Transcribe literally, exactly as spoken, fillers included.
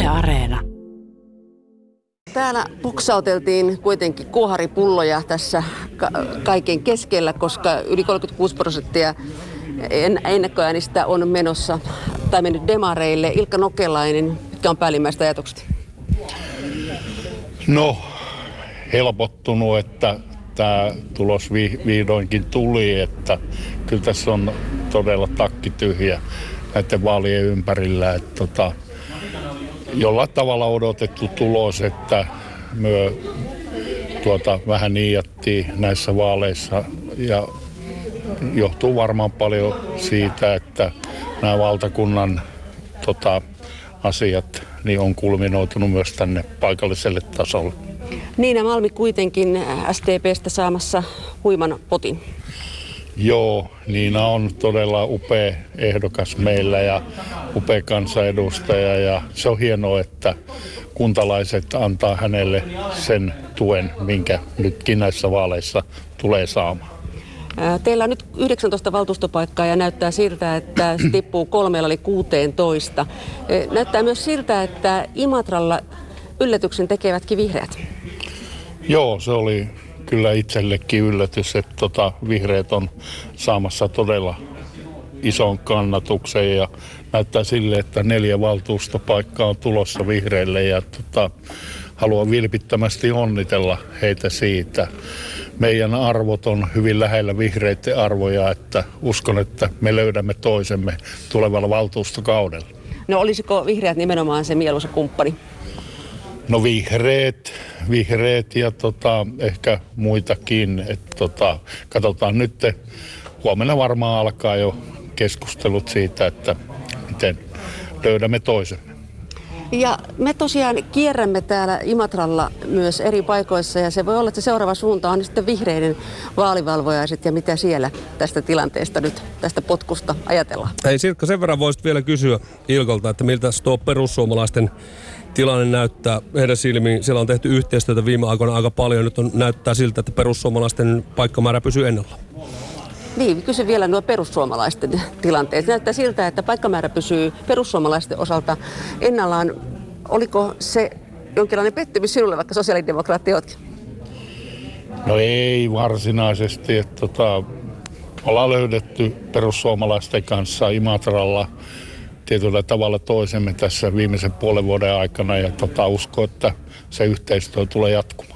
Yle Areena. Täällä puksauteltiin kuitenkin kuoharipulloja tässä ka- kaiken keskellä, koska yli kolmekymmentäkuusi prosenttia en- ennakkoäänistä on menossa tai mennyt demareille. Ilkka Nokelainen, mitkä on päällimmäiset ajatukset? No, helpottunut, että tämä tulos vi- vihdoinkin tuli, että kyllä tässä on todella takki tyhjä näiden vaalien ympärillä, että tota, jollain tavalla odotettu tulos, että myö tuota, vähän niiattiin näissä vaaleissa ja johtuu varmaan paljon siitä, että nämä valtakunnan tota, asiat niin on kulminoitunut myös tänne paikalliselle tasolle. Niina Malmi kuitenkin S D P:stä saamassa huiman potin. Joo, Niina on todella upea ehdokas meillä ja upea kansanedustaja ja se on hienoa, että kuntalaiset antaa hänelle sen tuen, minkä nytkin näissä vaaleissa tulee saamaan. Teillä on nyt yhdeksäntoista valtuustopaikkaa ja näyttää siltä, että se tippuu kolmella eli kuusitoista. Näyttää myös siltä, että Imatralla yllätyksen tekevätkin vihreät. Joo, se oli kyllä itsellekin yllätys, että tota, vihreät on saamassa todella ison kannatuksen ja näyttää sille, että neljä valtuustopaikkaa on tulossa vihreille ja tota, haluan vilpittömästi onnitella heitä siitä. Meidän arvot on hyvin lähellä vihreiden arvoja, että uskon, että me löydämme toisemme tulevalla valtuustokaudella. No olisiko vihreät nimenomaan se mieluisa kumppani? No vihreät, vihreät ja tota, ehkä muitakin. Et, tota, katsotaan nyt, huomenna varmaan alkaa jo keskustelut siitä, että miten löydämme toisemme. Ja me tosiaan kierrämme täällä Imatralla myös eri paikoissa ja se voi olla, että se seuraava suunta on sitten vihreiden vaalivalvojaiset ja mitä siellä tästä tilanteesta nyt, tästä potkusta ajatellaan. Hei Sirkka, sen verran voisit vielä kysyä Ilkolta, että miltä tuo perussuomalaisten tilanne näyttää heidän silmiin. Siellä on tehty yhteistyötä viime aikoina aika paljon. Nyt on, näyttää siltä, että perussuomalaisten paikkamäärä pysyy ennallaan. Niin, kysyn vielä nuo perussuomalaisten tilanteet. Näyttää siltä, että paikkamäärä pysyy perussuomalaisten osalta ennallaan. Oliko se jonkinlainen pettymys sinulle, vaikka sosiaalidemokraatti oletkin? No ei varsinaisesti. Että tota, ollaan löydetty perussuomalaisten kanssa Imatralla tietyllä tavalla toisemme tässä viimeisen puolen vuoden aikana ja tota, uskon, että se yhteistyö tulee jatkumaan.